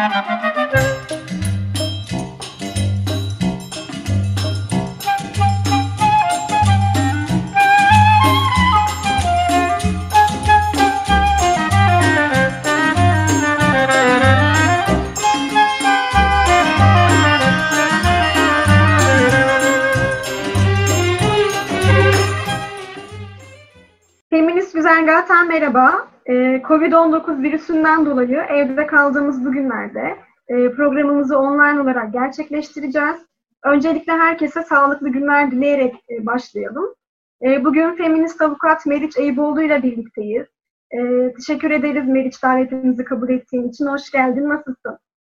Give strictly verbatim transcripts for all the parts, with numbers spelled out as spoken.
Feminist Güzergah'tan merhaba. Ee, covid on dokuz virüsünden dolayı evde kaldığımız bu günlerde e, programımızı online olarak gerçekleştireceğiz. Öncelikle herkese sağlıklı günler dileyerek e, başlayalım. E, bugün feminist avukat Meriç Eyüboğlu ile birlikteyiz. E, teşekkür ederiz Meriç, davetimizi kabul ettiğin için. Hoş geldin, nasılsın?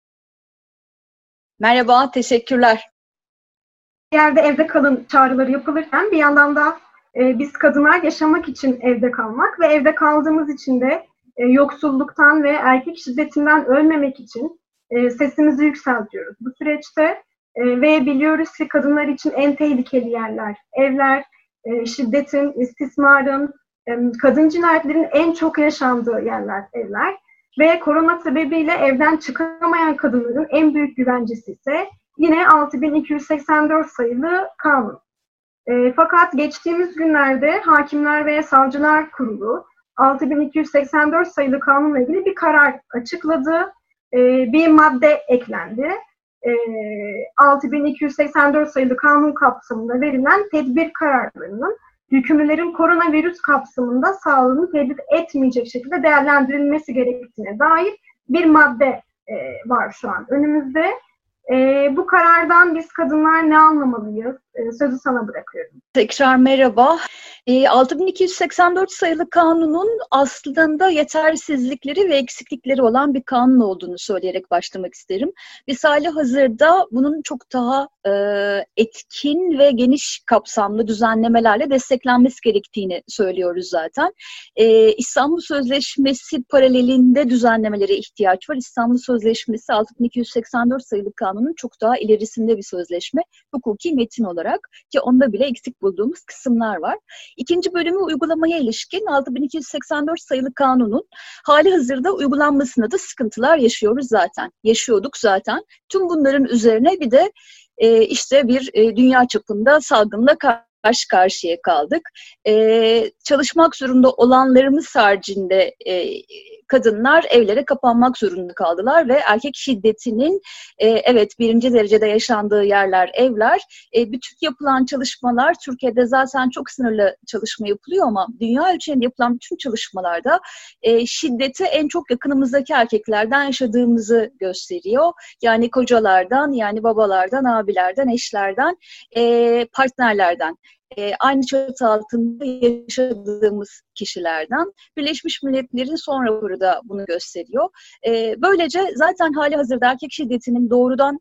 Merhaba, teşekkürler. Bir yerde evde kalın çağrıları yapılırken bir yandan da e, biz kadınlar yaşamak için evde kalmak ve evde kaldığımız için de e, yoksulluktan ve erkek şiddetinden ölmemek için e, sesimizi yükseltiyoruz. Bu süreçte e, ve biliyoruz ki kadınlar için en tehlikeli yerler, evler, e, şiddetin, istismarın, e, kadın cinayetlerin en çok yaşandığı yerler, evler. Ve korona sebebiyle evden çıkamayan kadınların en büyük güvencesi ise yine altı bin iki yüz seksen dört sayılı kanun. E, fakat geçtiğimiz günlerde Hakimler ve Savcılar Kurulu altı bin iki yüz seksen dört sayılı kanunla ilgili bir karar açıkladı. E, bir madde eklendi. E, altı bin iki yüz seksen dört sayılı kanun kapsamında verilen tedbir kararlarının yükümlülerin koronavirüs kapsamında sağlığını tehdit etmeyecek şekilde değerlendirilmesi gerektiğine dair bir madde e, var şu an önümüzde. E, bu karardan biz kadınlar ne anlamalıyız? E, sözü sana bırakıyorum. Tekrar merhaba. E, altı bin iki yüz seksen dört sayılı kanunun aslında yetersizlikleri ve eksiklikleri olan bir kanun olduğunu söyleyerek başlamak isterim. Biz halihazırda bunun çok daha e, etkin ve geniş kapsamlı düzenlemelerle desteklenmesi gerektiğini söylüyoruz zaten. E, İstanbul Sözleşmesi paralelinde düzenlemelere ihtiyaç var. İstanbul Sözleşmesi altı bin iki yüz seksen dört sayılı kanunun çok daha ilerisinde bir sözleşme, hukuki metin olarak, ki onda bile eksik bulduğumuz kısımlar var. İkinci bölümü uygulamaya ilişkin altı bin iki yüz seksen dört sayılı kanunun hali hazırda uygulanmasında da sıkıntılar yaşıyoruz zaten. Yaşıyorduk zaten. Tüm bunların üzerine bir de e, işte bir e, dünya çapında salgınla karşı karşıya kaldık. E, çalışmak zorunda olanlarımız haricinde e, kadınlar evlere kapanmak zorunda kaldılar ve erkek şiddetinin e, evet birinci derecede yaşandığı yerler evler. E, bütün yapılan çalışmalar, Türkiye'de zaten çok sınırlı çalışma yapılıyor ama dünya ölçeğinde yapılan bütün çalışmalarda e, şiddeti en çok yakınımızdaki erkeklerden yaşadığımızı gösteriyor. Yani kocalardan, yani babalardan, abilerden, eşlerden, e, partnerlerden. E, aynı çatı altında yaşadığımız kişilerden. Birleşmiş Milletler'in son raporu da bunu gösteriyor. E, böylece zaten hali hazırda erkek şiddetinin doğrudan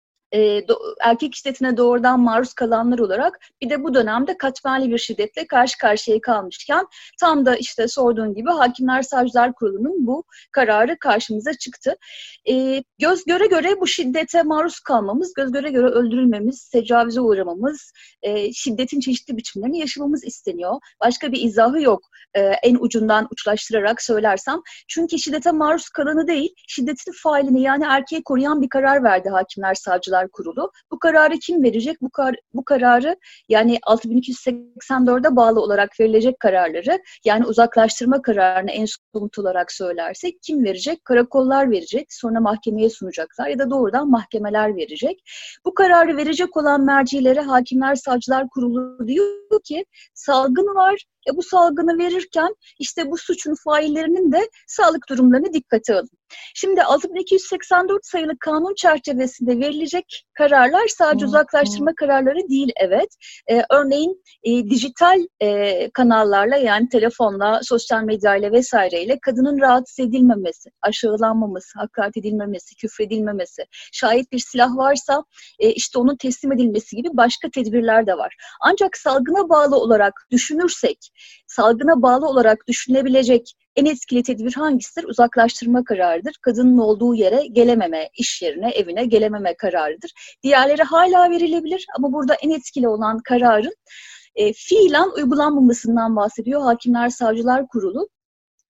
E, do, erkek şiddetine doğrudan maruz kalanlar olarak bir de bu dönemde katmerli bir şiddetle karşı karşıya kalmışken tam da işte sorduğun gibi Hakimler Savcılar Kurulu'nun bu kararı karşımıza çıktı. E, göz göre göre bu şiddete maruz kalmamız, göz göre göre öldürülmemiz, tecavüze uğramamız, e, şiddetin çeşitli biçimlerini yaşamamız isteniyor. Başka bir izahı yok e, en ucundan uçlaştırarak söylersem. Çünkü şiddete maruz kalanı değil, şiddetin failini yani erkeği koruyan bir karar verdi Hakimler Savcılar Kurulu. Bu kararı kim verecek? Bu, kar, bu kararı yani altı bin iki yüz seksen dörde bağlı olarak verilecek kararları, yani uzaklaştırma kararını en somut olarak söylersek kim verecek? Karakollar verecek, sonra mahkemeye sunacaklar ya da doğrudan mahkemeler verecek. Bu kararı verecek olan mercilere Hakimler Savcılar Kurulu diyor ki salgın var. E bu salgını verirken işte bu suçun faillerinin de sağlık durumlarını dikkate alın. Şimdi altı bin iki yüz seksen dört sayılı kanun çerçevesinde verilecek kararlar sadece hmm. uzaklaştırma kararları değil, evet. Ee, örneğin e, dijital e, kanallarla, yani telefonla, sosyal medyayla vesaireyle kadının rahatsız edilmemesi, aşağılanmaması, hakaret edilmemesi, küfredilmemesi, şayet bir silah varsa e, işte onun teslim edilmesi gibi başka tedbirler de var. Ancak salgına bağlı olarak düşünürsek, salgına bağlı olarak düşünülebilecek en etkili tedbir hangisidir? Uzaklaştırma kararıdır. Kadının olduğu yere gelememe, iş yerine, evine gelememe kararıdır. Diğerleri hala verilebilir ama burada en etkili olan kararın e, fiilen uygulanmamasından bahsediyor Hakimler Savcılar Kurulu.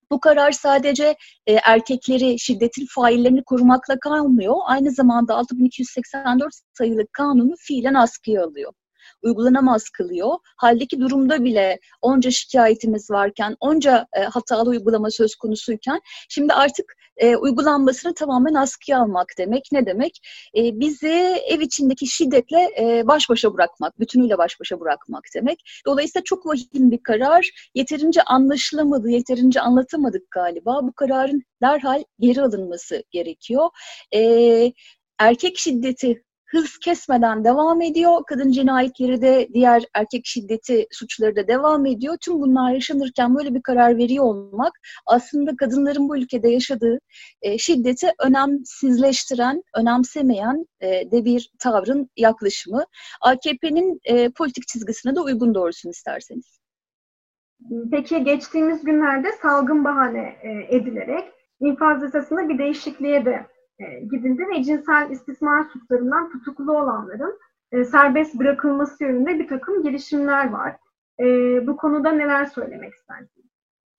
Bu karar sadece e, erkekleri, şiddetin faillerini korumakla kalmıyor. Aynı zamanda altı bin iki yüz seksen dört sayılı kanunu fiilen askıya alıyor. Uygulanamaz kılıyor. Haldeki durumda bile onca şikayetimiz varken, onca e, hatalı uygulama söz konusuyken şimdi artık e, uygulanmasını tamamen askıya almak demek. Ne demek? E, bizi ev içindeki şiddetle e, baş başa bırakmak, bütünüyle baş başa bırakmak demek. Dolayısıyla çok vahim bir karar. Yeterince anlaşılamadı, yeterince anlatamadık galiba. Bu kararın derhal geri alınması gerekiyor. E, erkek şiddeti hız kesmeden devam ediyor. Kadın cinayetleri de, diğer erkek şiddeti suçları da devam ediyor. Tüm bunlar yaşanırken böyle bir karar veriyor olmak aslında kadınların bu ülkede yaşadığı e, şiddeti önemsizleştiren, önemsemeyen e, de bir tavrın yaklaşımı. A K P'nin e, politik çizgisine de uygun doğrusunu isterseniz. Peki geçtiğimiz günlerde salgın bahane e, edilerek infaz yasasında bir değişikliğe de gidildi ve cinsel istismar suçlarından tutuklu olanların e, serbest bırakılması yönünde bir takım girişimler var. E, bu konuda neler söylemek istersiniz?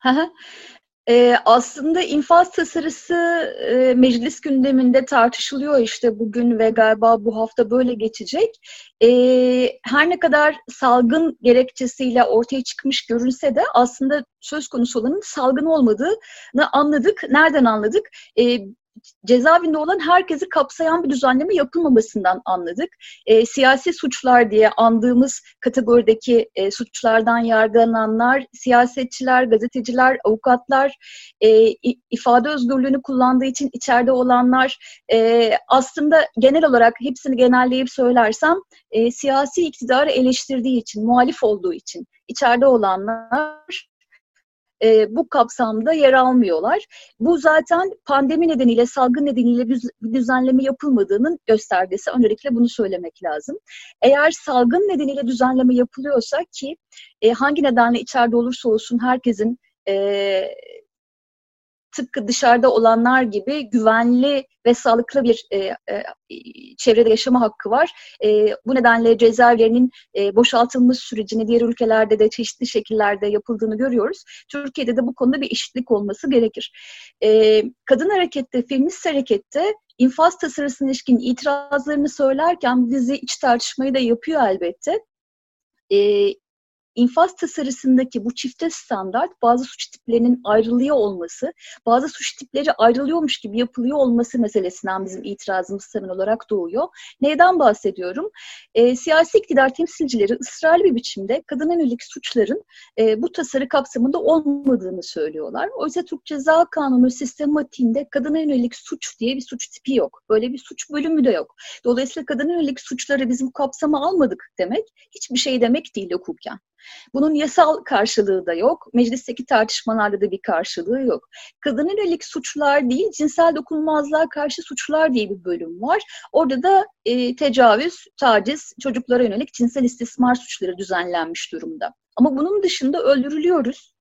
Ee, aslında infaz tasarısı e, meclis gündeminde tartışılıyor işte bugün ve galiba bu hafta böyle geçecek. E, her ne kadar salgın gerekçesiyle ortaya çıkmış görünse de aslında söz konusu olanın salgın olmadığını anladık. Nereden anladık? E, cezaevinde olan herkesi kapsayan bir düzenleme yapılmamasından anladık. E, siyasi suçlar diye andığımız kategorideki e, suçlardan yargılananlar, siyasetçiler, gazeteciler, avukatlar, e, ifade özgürlüğünü kullandığı için içeride olanlar, e, aslında genel olarak hepsini genelleyip söylersem e, siyasi iktidarı eleştirdiği için, muhalif olduğu için içeride olanlar E, bu kapsamda yer almıyorlar. Bu zaten pandemi nedeniyle, salgın nedeniyle bir düzenleme yapılmadığının göstergesi. Öncelikle bunu söylemek lazım. Eğer salgın nedeniyle düzenleme yapılıyorsa ki e, hangi nedenle içeride olursa olsun herkesin e, tıpkı dışarıda olanlar gibi güvenli ve sağlıklı bir e, e, çevrede yaşama hakkı var. E, bu nedenle cezaevlerinin e, boşaltılmış sürecini diğer ülkelerde de çeşitli şekillerde yapıldığını görüyoruz. Türkiye'de de bu konuda bir eşitlik olması gerekir. E, kadın harekette, feminist harekette infaz tasarısına ilişkin itirazlarını söylerken dizi iç tartışmayı da yapıyor elbette. E, İnfaz tasarısındaki bu çifte standart bazı suç tiplerinin ayrılıyor olması, bazı suç tipleri ayrılıyormuş gibi yapılıyor olması meselesinden bizim itirazımız temel olarak doğuyor. Neyden bahsediyorum? E, siyasi iktidar temsilcileri ısrarlı bir biçimde kadına yönelik suçların e, bu tasarı kapsamında olmadığını söylüyorlar. Oysa Türk Ceza Kanunu sistematiğinde kadına yönelik suç diye bir suç tipi yok. Böyle bir suç bölümü de yok. Dolayısıyla kadına yönelik suçları biz bu kapsama almadık demek hiçbir şey demek değil hukuken. Bunun yasal karşılığı da yok. Meclisteki tartışmalarda da bir karşılığı yok. Kadına yönelik suçlar değil, cinsel dokunulmazlığa karşı suçlar diye bir bölüm var. Orada da e, tecavüz, taciz, çocuklara yönelik cinsel istismar suçları düzenlenmiş durumda. Ama bunun dışında öldürülüyoruz.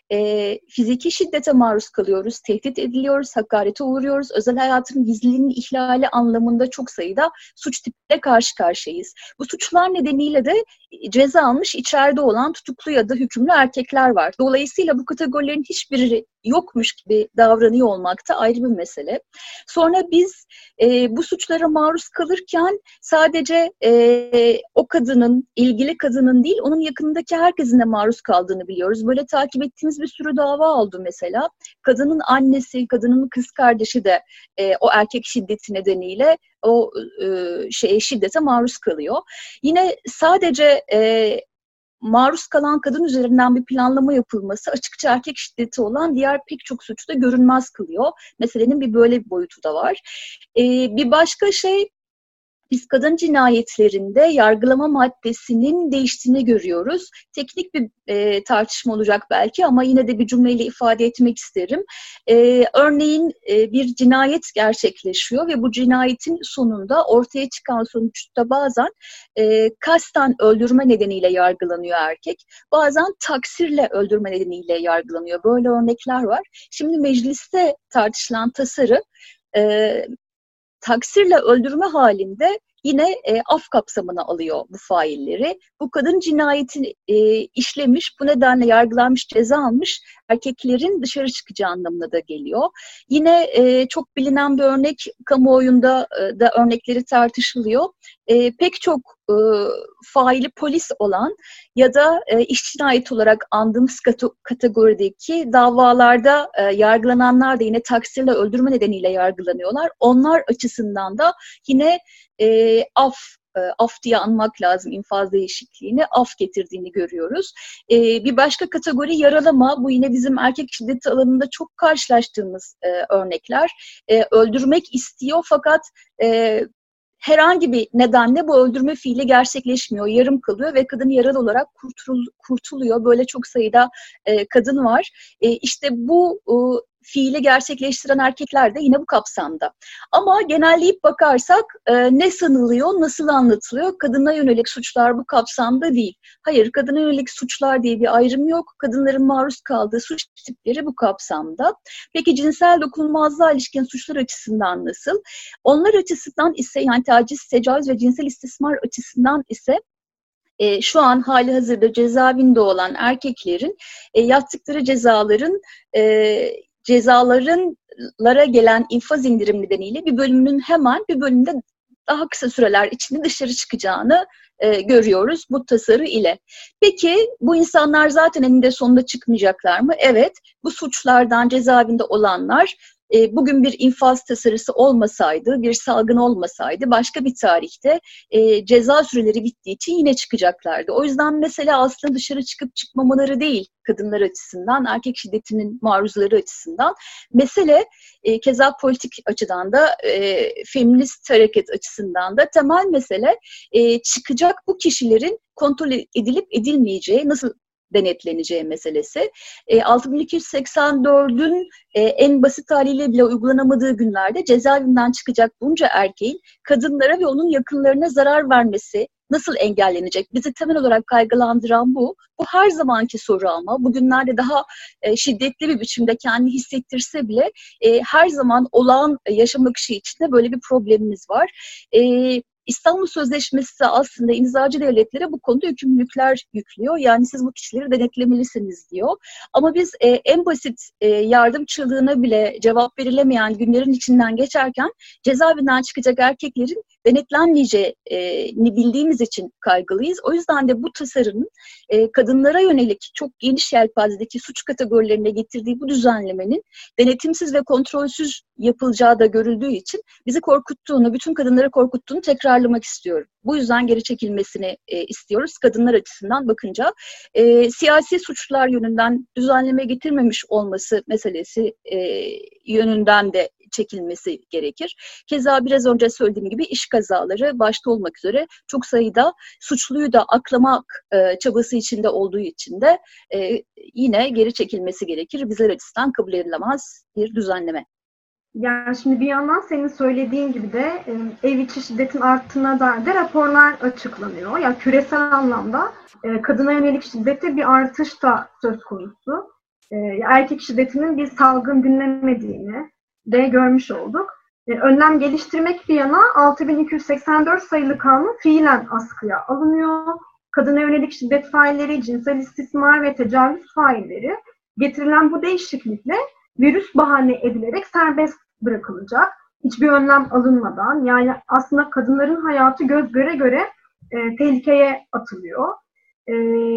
E, fiziki şiddete maruz kalıyoruz, tehdit ediliyoruz, hakarete uğruyoruz. Özel hayatın gizliliğinin ihlali anlamında çok sayıda suç tipiyle karşı karşıyayız. Bu suçlar nedeniyle de ceza almış, içeride olan tutuklu ya da hükümlü erkekler var. Dolayısıyla bu kategorilerin hiçbiri yokmuş gibi davranıyor olmak da ayrı bir mesele. Sonra biz e, bu suçlara maruz kalırken sadece e, o kadının, ilgili kadının değil, onun yakınındaki herkesin de maruz kaldığını biliyoruz. Böyle takip ettiğimiz bir sürü dava oldu mesela. Kadının annesi, kadının kız kardeşi de e, o erkek şiddeti nedeniyle o e, şeye, şiddete maruz kalıyor. Yine sadece e, maruz kalan kadın üzerinden bir planlama yapılması açıkça erkek şiddeti olan diğer pek çok suçta görünmez kılıyor. Meselenin bir böyle bir boyutu da var. E, bir başka şey, biz kadın cinayetlerinde yargılama maddesinin değiştiğini görüyoruz. Teknik bir e, tartışma olacak belki ama yine de bir cümleyle ifade etmek isterim. E, örneğin e, bir cinayet gerçekleşiyor ve bu cinayetin sonunda ortaya çıkan sonuçta bazen e, kasten öldürme nedeniyle yargılanıyor erkek. Bazen taksirle öldürme nedeniyle yargılanıyor. Böyle örnekler var. Şimdi mecliste tartışılan tasarı e, taksirle öldürme halinde yine e, af kapsamına alıyor bu failleri. Bu kadın cinayeti e, işlemiş, bu nedenle yargılanmış, ceza almış erkeklerin dışarı çıkacağı anlamına da geliyor. Yine e, çok bilinen bir örnek, kamuoyunda e, da örnekleri tartışılıyor. E, pek çok e, faili polis olan ya da e, iş cinayeti olarak andığımız kat- kategorideki davalarda e, yargılananlar da yine taksirle öldürme nedeniyle yargılanıyorlar. Onlar açısından da yine e, af e, af diye anmak lazım, infaz değişikliğini af getirdiğini görüyoruz. E, bir başka kategori yaralama. Bu yine bizim erkek şiddeti alanında çok karşılaştığımız e, örnekler. E, öldürmek istiyor fakat e, herhangi bir nedenle bu öldürme fiili gerçekleşmiyor, yarım kalıyor ve kadın yaralı olarak kurtul, kurtuluyor. Böyle çok sayıda e, kadın var. E, işte bu e, fiili gerçekleştiren erkekler de yine bu kapsamda. Ama genelleyip bakarsak e, ne sanılıyor, nasıl anlatılıyor? Kadına yönelik suçlar bu kapsamda değil. Hayır, kadına yönelik suçlar diye bir ayrım yok. Kadınların maruz kaldığı suç tipleri bu kapsamda. Peki cinsel dokunulmazlığa ilişkin suçlar açısından nasıl? Onlar açısından ise, yani taciz, tecavüz ve cinsel istismar açısından ise E, şu an hali hazırda cezaevinde olan erkeklerin e, yattıkları cezaların e, cezalarınlara gelen infaz indirim nedeniyle bir bölümünün hemen bir bölümde daha kısa süreler içinde dışarı çıkacağını e, görüyoruz bu tasarı ile. Peki bu insanlar zaten eninde sonunda çıkmayacaklar mı? Evet, bu suçlardan cezaevinde olanlar E, bugün bir infaz tasarısı olmasaydı, bir salgın olmasaydı başka bir tarihte e, ceza süreleri bittiği için yine çıkacaklardı. O yüzden mesela aslında dışarı çıkıp çıkmamaları değil kadınlar açısından, erkek şiddetinin maruzları açısından. Mesele e, keza politik açıdan da, e, feminist hareket açısından da temel mesele e, çıkacak bu kişilerin kontrol edilip edilmeyeceği, nasıl denetleneceği meselesi. E, altı bin iki yüz seksen dördün e, en basit haliyle bile uygulanamadığı günlerde cezaevinden çıkacak bunca erkeğin kadınlara ve onun yakınlarına zarar vermesi nasıl engellenecek? Bizi temel olarak kaygılandıran bu. Bu her zamanki soru ama bugünlerde daha e, şiddetli bir biçimde kendini hissettirse bile e, her zaman olağan yaşam akışı içinde böyle bir problemimiz var. E, İstanbul Sözleşmesi aslında imzacı devletlere bu konuda yükümlülükler yüklüyor. Yani siz bu kişileri denetlemelisiniz diyor. Ama biz e, en basit e, yardım çığlığına bile cevap verilemeyen günlerin içinden geçerken cezaevinden çıkacak erkeklerin denetlenmeyeceğini bildiğimiz için kaygılıyız. O yüzden de bu tasarının e, kadınlara yönelik çok geniş yelpazedeki suç kategorilerine getirdiği bu düzenlemenin denetimsiz ve kontrolsüz yapılacağı da görüldüğü için bizi korkuttuğunu, bütün kadınları korkuttuğunu tekrarlamak istiyorum. Bu yüzden geri çekilmesini e, istiyoruz kadınlar açısından bakınca. E, siyasi suçlar yönünden düzenleme getirmemiş olması meselesi e, yönünden de çekilmesi gerekir. Keza biraz önce söylediğim gibi iş kazaları başta olmak üzere çok sayıda suçluyu da aklamak e, çabası içinde olduğu için de e, yine geri çekilmesi gerekir. Bizler açısından kabul edilemez bir düzenleme. Yani şimdi bir yandan senin söylediğin gibi de ev içi şiddetin arttığına dair de raporlar açıklanıyor. Yani küresel anlamda kadına yönelik şiddette bir artış da söz konusu. Erkek şiddetinin bir salgın dinlemediğini de görmüş olduk. Önlem geliştirmek bir yana altı bin iki yüz seksen dört sayılı kanun fiilen askıya alınıyor. Kadına yönelik şiddet failleri, cinsel istismar ve tecavüz failleri getirilen bu değişiklikle virüs bahane edilerek serbest bırakılacak. Hiçbir önlem alınmadan, yani aslında kadınların hayatı göz göre göre e, tehlikeye atılıyor. E,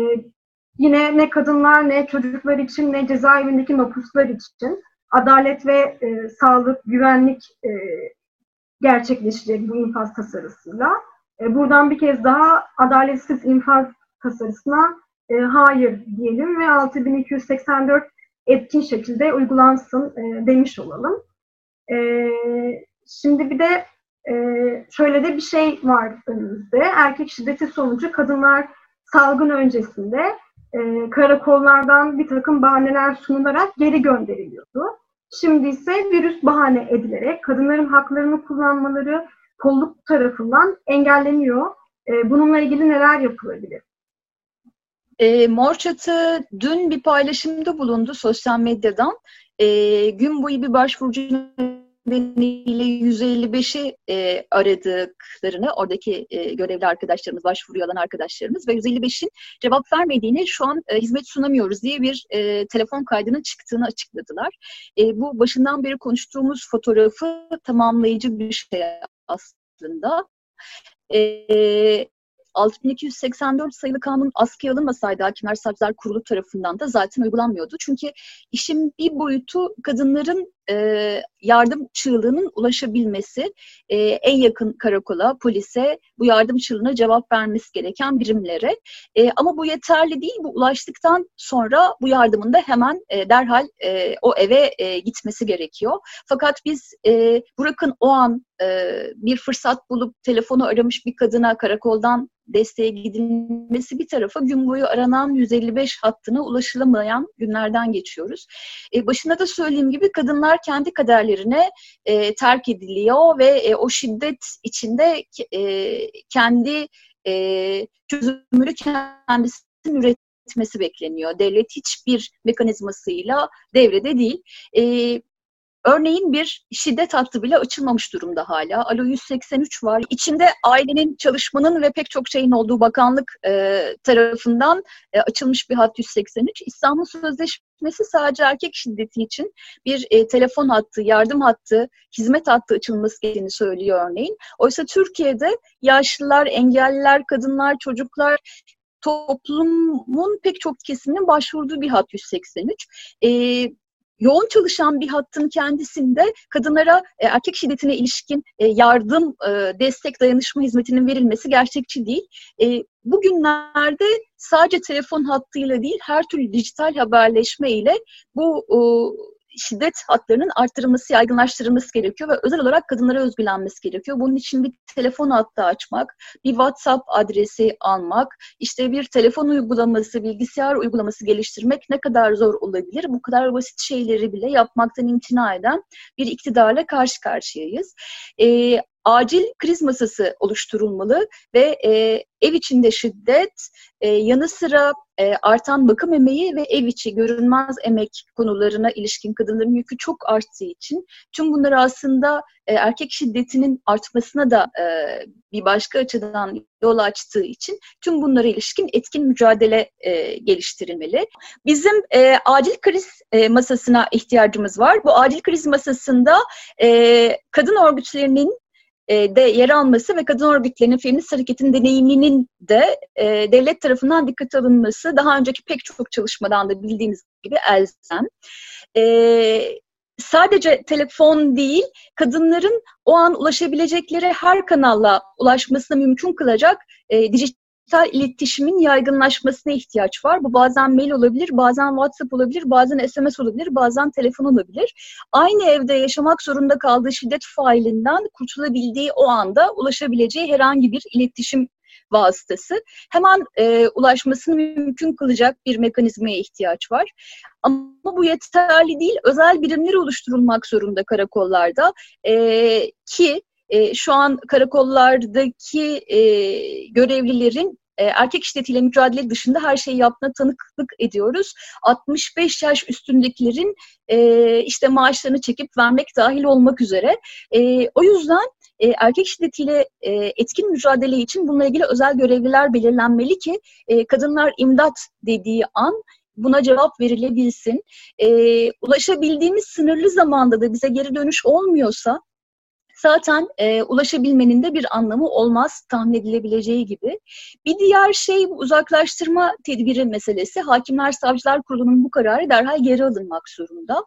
yine ne kadınlar, ne çocuklar için, ne cezaevindeki mahpuslar için adalet ve e, sağlık, güvenlik e, gerçekleşecek bu infaz tasarısıyla. E, buradan bir kez daha adaletsiz infaz tasarısına e, hayır diyelim ve altı bin iki yüz seksen dört etkin şekilde uygulansın e, demiş olalım. E, şimdi bir de e, şöyle de bir şey var önümüzde. Erkek şiddeti sonucu kadınlar salgın öncesinde e, karakollardan bir takım bahaneler sunularak geri gönderiliyordu. Şimdi ise virüs bahane edilerek kadınların haklarını kullanmaları kolluk tarafından engelleniyor. E, bununla ilgili neler yapılabilir? E, Mor Çatı dün bir paylaşımda bulundu sosyal medyadan. E, gün boyu bir başvurucunun nedeniyle yüz elli beşi e, aradıklarını, oradaki e, görevli arkadaşlarımız, başvuruya alan arkadaşlarımız ve yüz elli beşin cevap vermediğini, şu an e, hizmet sunamıyoruz diye bir e, telefon kaydının çıktığını açıkladılar. E, bu başından beri konuştuğumuz fotoğrafı tamamlayıcı bir şey aslında. E, altı bin iki yüz seksen dört sayılı kanun askıya alınmasaydı Hakimler Savcılar Kurulu tarafından da zaten uygulanmıyordu. Çünkü işin bir boyutu kadınların e, yardım çığlığının ulaşabilmesi, e, en yakın karakola, polise, bu yardım çığlığına cevap vermesi gereken birimlere. E, ama bu yeterli değil. Bu ulaştıktan sonra bu yardımın da hemen e, derhal e, o eve e, gitmesi gerekiyor. Fakat biz e, bırakın o an e, bir fırsat bulup telefonu aramış bir kadına karakoldan desteğe gidilmesi bir tarafa, gün boyu aranan yüz elli beş hattına ulaşılamayan günlerden geçiyoruz. E, başında da söylediğim gibi kadınlar kendi kaderlerine e, terk ediliyor ve e, o şiddet içinde e, kendi e, çözümünü kendisinin üretmesi bekleniyor. Devlet hiçbir mekanizmasıyla devrede değil. E, Örneğin bir şiddet hattı bile açılmamış durumda hala. Alo yüz seksen üç var. İçinde ailenin, çalışmanın ve pek çok şeyin olduğu bakanlık e, tarafından e, açılmış bir hat yüz seksen üç. İstanbul Sözleşmesi sadece erkek şiddeti için bir e, telefon hattı, yardım hattı, hizmet hattı açılması gerektiğini söylüyor örneğin. Oysa Türkiye'de yaşlılar, engelliler, kadınlar, çocuklar, toplumun pek çok kesiminin başvurduğu bir hat yüz seksen üç. E, Yoğun çalışan bir hattın kendisinde kadınlara e, erkek şiddetine ilişkin e, yardım, e, destek, dayanışma hizmetinin verilmesi gerçekçi değil. E, bugünlerde sadece telefon hattıyla değil, her türlü dijital haberleşme ile bu e, şiddet hatlarının artırılması, yaygınlaştırılması gerekiyor ve özel olarak kadınlara özgülenmesi gerekiyor. Bunun için bir telefon hattı açmak, bir WhatsApp adresi almak, işte bir telefon uygulaması, bilgisayar uygulaması geliştirmek ne kadar zor olabilir? Bu kadar basit şeyleri bile yapmaktan imtina eden bir iktidarla karşı karşıyayız. Ee, acil kriz masası oluşturulmalı ve e, ev içinde şiddet, e, yanı sıra e, artan bakım emeği ve ev içi görünmez emek konularına ilişkin kadınların yükü çok arttığı için tüm bunları aslında e, erkek şiddetinin artmasına da e, bir başka açıdan yol açtığı için tüm bunlara ilişkin etkin mücadele e, geliştirilmeli. Bizim e, acil kriz e, masasına ihtiyacımız var. Bu acil kriz masasında e, kadın örgütlerinin de yer alması ve kadın örgütlerinin feminist hareketin deneyiminin de e, devlet tarafından dikkate alınması daha önceki pek çok çalışmadan da bildiğimiz gibi elzem. E, sadece telefon değil, kadınların o an ulaşabilecekleri her kanalla ulaşmasını mümkün kılacak e, dijital iletişimin yaygınlaşmasına ihtiyaç var. Bu bazen mail olabilir, bazen WhatsApp olabilir, bazen S M S olabilir, bazen telefon olabilir. Aynı evde yaşamak zorunda kaldığı şiddet failinden kurtulabildiği o anda ulaşabileceği herhangi bir iletişim vasıtası. Hemen e, ulaşmasını mümkün kılacak bir mekanizmaya ihtiyaç var. Ama bu yeterli değil. Özel birimler oluşturulmak zorunda karakollarda e, ki E, şu an karakollardaki e, görevlilerin e, erkek şiddetiyle mücadele dışında her şeyi yaptığına tanıklık ediyoruz. altmış beş yaş üstündekilerin e, işte maaşlarını çekip vermek dahil olmak üzere. E, o yüzden e, erkek şiddetiyle e, etkin mücadele için bununla ilgili özel görevliler belirlenmeli ki e, kadınlar imdat dediği an buna cevap verilebilsin. E, ulaşabildiğimiz sınırlı zamanda da bize geri dönüş olmuyorsa zaten e, ulaşabilmenin de bir anlamı olmaz tahmin edilebileceği gibi. Bir diğer şey bu uzaklaştırma tedbiri meselesi. Hakimler Savcılar Kurulu'nun bu kararı derhal geri alınmak zorunda.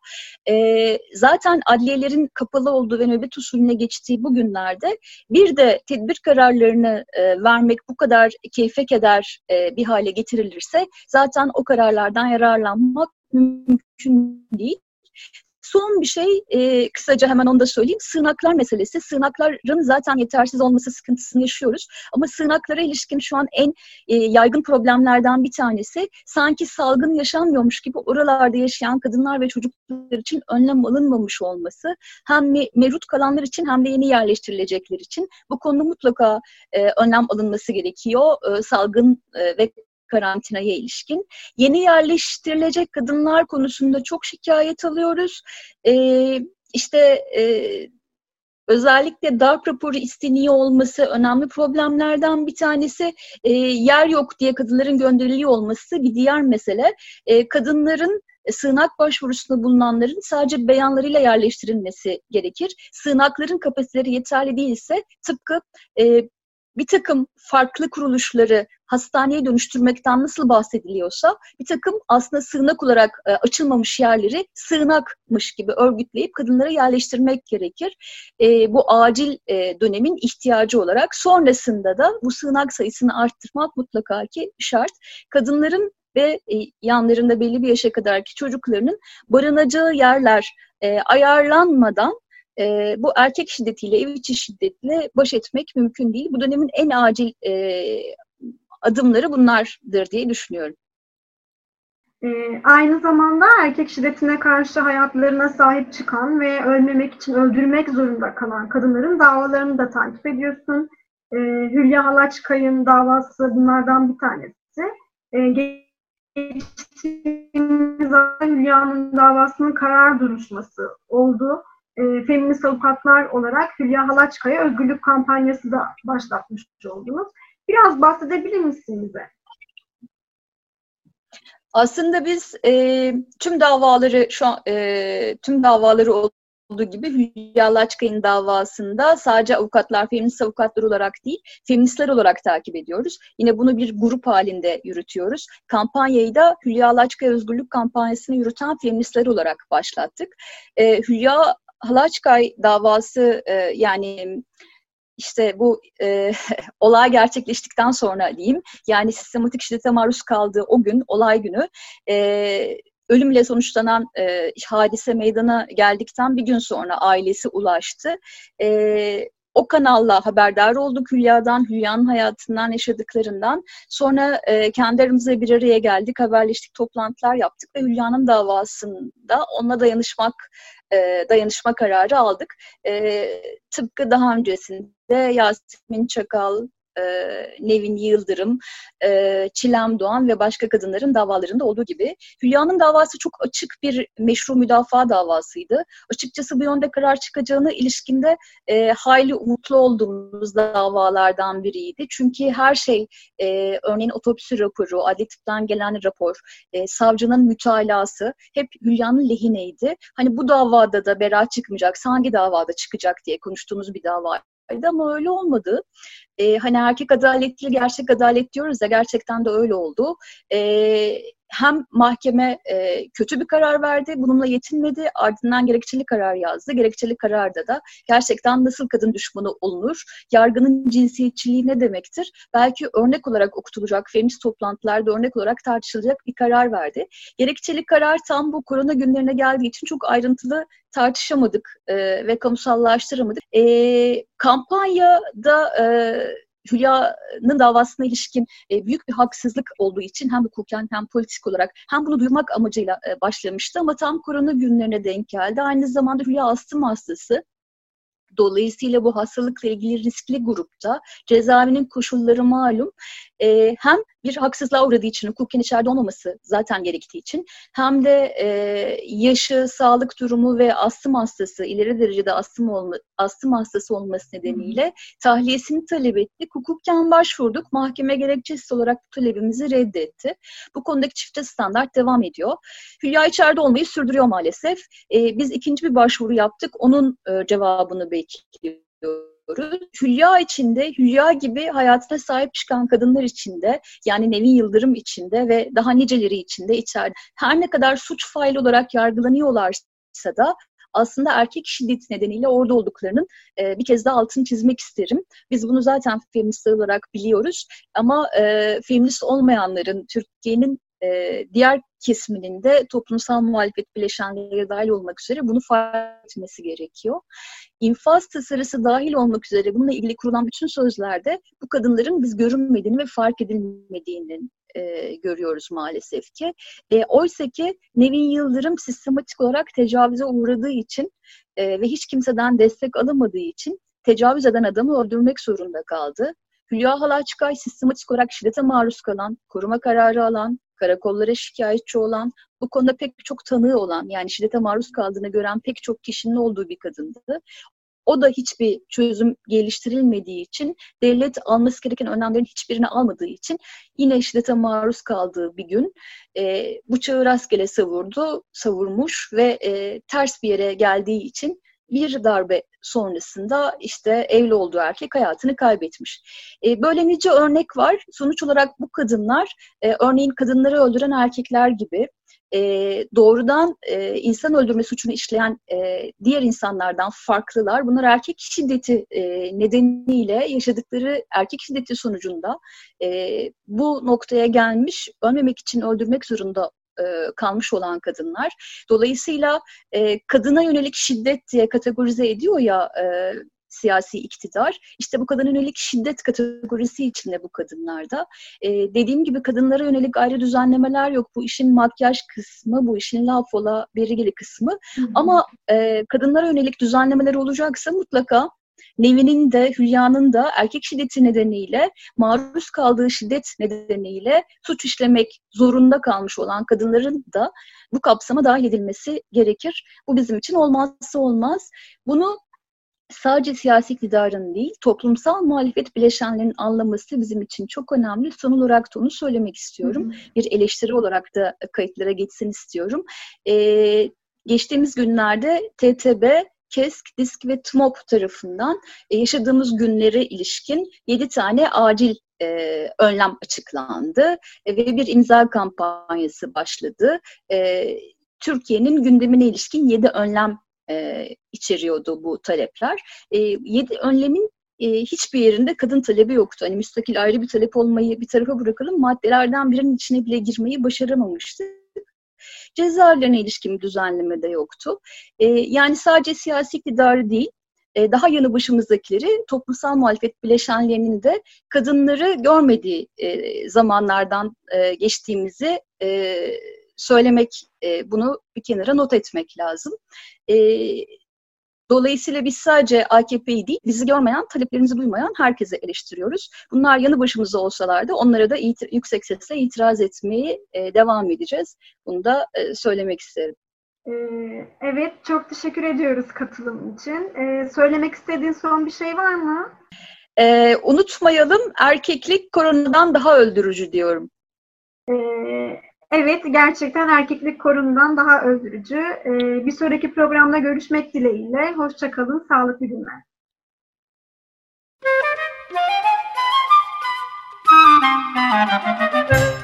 E, zaten adliyelerin kapalı olduğu ve nöbet usulüne geçtiği bu günlerde bir de tedbir kararlarını e, vermek bu kadar keyfe keder e, bir hale getirilirse zaten o kararlardan yararlanmak mümkün değil. Son bir şey, e, kısaca hemen onu da söyleyeyim. Sığınaklar meselesi. Sığınakların zaten yetersiz olması sıkıntısını yaşıyoruz. Ama sığınaklara ilişkin şu an en e, yaygın problemlerden bir tanesi, sanki salgın yaşanmıyormuş gibi oralarda yaşayan kadınlar ve çocuklar için önlem alınmamış olması. Hem me- mevcut kalanlar için hem de yeni yerleştirilecekler için. Bu konuda mutlaka e, önlem alınması gerekiyor. E, salgın e, ve karantinaya ilişkin. Yeni yerleştirilecek kadınlar konusunda çok şikayet alıyoruz. Ee, işte e, özellikle darp raporu isteniyor olması önemli problemlerden bir tanesi. E, yer yok diye kadınların gönderiliyor olması bir diğer mesele. E, kadınların sığınak başvurusunda bulunanların sadece beyanlarıyla yerleştirilmesi gerekir. Sığınakların kapasiteleri yeterli değilse tıpkı e, bir takım farklı kuruluşları hastaneye dönüştürmekten nasıl bahsediliyorsa bir takım aslında sığınak olarak e, açılmamış yerleri sığınakmış gibi örgütleyip kadınlara yerleştirmek gerekir. E, bu acil e, dönemin ihtiyacı olarak sonrasında da bu sığınak sayısını arttırmak mutlaka ki şart. Kadınların ve e, yanlarında belli bir yaşa kadarki çocuklarının barınacağı yerler e, ayarlanmadan e, bu erkek şiddetiyle, ev içi şiddetle baş etmek mümkün değil. Bu dönemin en acil e, adımları bunlardır diye düşünüyorum. E, aynı zamanda erkek şiddetine karşı hayatlarına sahip çıkan ve ölmemek için öldürmek zorunda kalan kadınların davalarını da takip ediyorsun. E, Hülya Halaçkay'ın davası bunlardan bir tanesi. E, Geçtiğimiz ay Hülya'nın davasının karar duruşması oldu. E, feminist avukatlar olarak Hülya Halaçkay'a özgürlük kampanyası da başlatmış oldunuz. Biraz bahsedebilir misin bize? Aslında biz e, tüm davaları şu an, e, tüm davaları olduğu gibi Hülya Halaçkay'ın davasında sadece avukatlar, feminist avukatlar olarak değil, feministler olarak takip ediyoruz. Yine bunu bir grup halinde yürütüyoruz. Kampanyayı da Hülya Halaçkay Özgürlük Kampanyası'nı yürüten feministler olarak başlattık. E, Hülya Halaçkay davası e, yani İşte bu e, olay gerçekleştikten sonra diyeyim, yani sistematik şiddete maruz kaldığı o gün, olay günü, e, ölümle sonuçlanan e, hadise meydana geldikten bir gün sonra ailesi ulaştı. E, o kanalla haberdar olduk Hülya'dan, Hülya'nın hayatından, yaşadıklarından. Sonra e, kendi aramızda bir araya geldik, haberleştik, toplantılar yaptık ve Hülya'nın davasında onunla dayanışmak, e, dayanışma kararı aldık. E, tıpkı daha öncesinde Yasemin Çakal, e, Nevin Yıldırım, e, Çilem Doğan ve başka kadınların davalarında olduğu gibi Hülya'nın davası çok açık bir meşru müdafaa davasıydı. Açıkçası bu yönde karar çıkacağına ilişkinde e, hayli umutlu olduğumuz davalardan biriydi. Çünkü her şey, e, örneğin otopsi raporu, adli tıptan gelen rapor, e, savcının mütalası hep Hülya'nın lehineydi. Hani bu davada da beraat çıkmayacak, hangi davada çıkacak diye konuştuğumuz bir davaydı ama öyle olmadı. Ee, hani erkek adaletli, gerçek adalet diyoruz ya, gerçekten de öyle oldu. Ee, hem mahkeme e, kötü bir karar verdi, bununla yetinmedi, ardından gerekçeli karar yazdı. Gerekçeli kararda da gerçekten nasıl kadın düşmanı olunur, yargının cinsiyetçiliği ne demektir, belki örnek olarak okutulacak, feminist toplantılarda örnek olarak tartışılacak bir karar verdi. Gerekçeli karar tam bu korona günlerine geldiği için çok ayrıntılı tartışamadık e, ve kamusallaştıramadık. E, kampanyada e, Hülya'nın davasına ilişkin e, büyük bir haksızlık olduğu için hem hukuken hem politik olarak hem bunu duymak amacıyla e, başlamıştı ama tam korona günlerine denk geldi. Aynı zamanda Hülya astım hastası. Dolayısıyla bu hastalıkla ilgili riskli grupta, cezaevinin koşulları malum, e, hem bir haksızlığa uğradığı için, hukuken içeride olmaması zaten gerektiği için, hem de e, yaşı, sağlık durumu ve astım hastası, ileri derecede astım, olma, astım hastası olması nedeniyle tahliyesini talep ettik. Hukuken başvurduk. Mahkeme gerekçesiz olarak bu talebimizi reddetti. Bu konudaki çifte standart devam ediyor. Hülya içeride olmayı sürdürüyor maalesef. E, biz ikinci bir başvuru yaptık. Onun e, cevabını bekliyoruz. Hülya içinde, Hülya gibi hayatına sahip çıkan kadınlar içinde, yani Nevin Yıldırım içinde ve daha niceleri içinde içeride her ne kadar suç faili olarak yargılanıyorlarsa da aslında erkek şiddeti nedeniyle orada olduklarının e, bir kez daha altını çizmek isterim. Biz bunu zaten feministler olarak biliyoruz ama e, feminist olmayanların, Türkiye'nin e, diğer kesiminin de toplumsal muhalefet bileşenleri dahil olmak üzere bunu fark etmesi gerekiyor. İnfaz tasarısı dahil olmak üzere bununla ilgili kurulan bütün sözlerde bu kadınların biz görünmediğini ve fark edilmediğini e, görüyoruz maalesef ki. E, oysa ki Nevin Yıldırım sistematik olarak tecavüze uğradığı için e, ve hiç kimseden destek alamadığı için tecavüz eden adamı öldürmek zorunda kaldı. Hülya Halaçkay sistematik olarak şiddete maruz kalan, koruma kararı alan, karakollara şikayetçi olan, bu konuda pek çok tanığı olan, yani şiddete maruz kaldığını gören pek çok kişinin olduğu bir kadındı. O da hiçbir çözüm geliştirilmediği için, devlet alması gereken önlemlerin hiçbirini almadığı için yine şiddete maruz kaldığı bir gün e, bıçağı rastgele savurdu, savurmuş ve e, ters bir yere geldiği için bir darbe sonrasında işte evli olduğu erkek hayatını kaybetmiş. E, böyle nice örnek var. Sonuç olarak bu kadınlar, e, örneğin kadınları öldüren erkekler gibi, E, doğrudan e, insan öldürme suçunu işleyen e, diğer insanlardan farklılar. Bunlar erkek şiddeti e, nedeniyle yaşadıkları erkek şiddeti sonucunda e, bu noktaya gelmiş, ölmemek için öldürmek zorunda e, kalmış olan kadınlar. Dolayısıyla e, kadına yönelik şiddet diye kategorize ediyor ya e, siyasi iktidar. İşte bu kadına yönelik şiddet kategorisi içinde bu kadınlarda. Ee, dediğim gibi kadınlara yönelik ayrı düzenlemeler yok. Bu işin makyaj kısmı, bu işin laf ola berigeli kısmı. Hı hı. Ama e, kadınlara yönelik düzenlemeler olacaksa mutlaka Nevin'in de Hülya'nın da erkek şiddeti nedeniyle, maruz kaldığı şiddet nedeniyle suç işlemek zorunda kalmış olan kadınların da bu kapsama dahil edilmesi gerekir. Bu bizim için olmazsa olmaz. Bunu sadece siyasi iktidarın değil, toplumsal muhalefet bileşenlerinin anlaması bizim için çok önemli. Son olarak da onu söylemek istiyorum. Hı hı. Bir eleştiri olarak da kayıtlara geçsin istiyorum. Ee, geçtiğimiz günlerde T T B, KESK, DİSK ve TMOP tarafından e, yaşadığımız günlere ilişkin yedi tane acil e, önlem açıklandı e, ve bir imza kampanyası başladı. E, Türkiye'nin gündemine ilişkin yedi önlem E, içeriyordu bu talepler. E, yedi önlemin e, hiçbir yerinde kadın talebi yoktu. Hani müstakil ayrı bir talep olmayı bir tarafa bırakalım, maddelerden birinin içine bile girmeyi başaramamıştı. Cezaevlerine ilişkin bir düzenleme de yoktu. E, yani sadece siyasi iktidarı değil, e, daha yanı başımızdakileri, toplumsal muhalefet bileşenlerinin de kadınları görmediği e, zamanlardan e, geçtiğimizi e, söylemek, e, bunu bir kenara not etmek lazım. E, dolayısıyla biz sadece A K P'yi değil, bizi görmeyen, taleplerimizi duymayan herkese eleştiriyoruz. Bunlar yanı başımızda olsalar da onlara da it- yüksek sesle itiraz etmeye e, devam edeceğiz. Bunu da e, söylemek isterim. Evet, çok teşekkür ediyoruz katılım için. Ee, söylemek istediğin son bir şey var mı? Ee, unutmayalım, erkeklik koronadan daha öldürücü diyorum. Ee, evet, gerçekten erkeklik koronadan daha öldürücü. Ee, bir sonraki programda görüşmek dileğiyle. Hoşça kalın, sağlıklı günler. Thank you.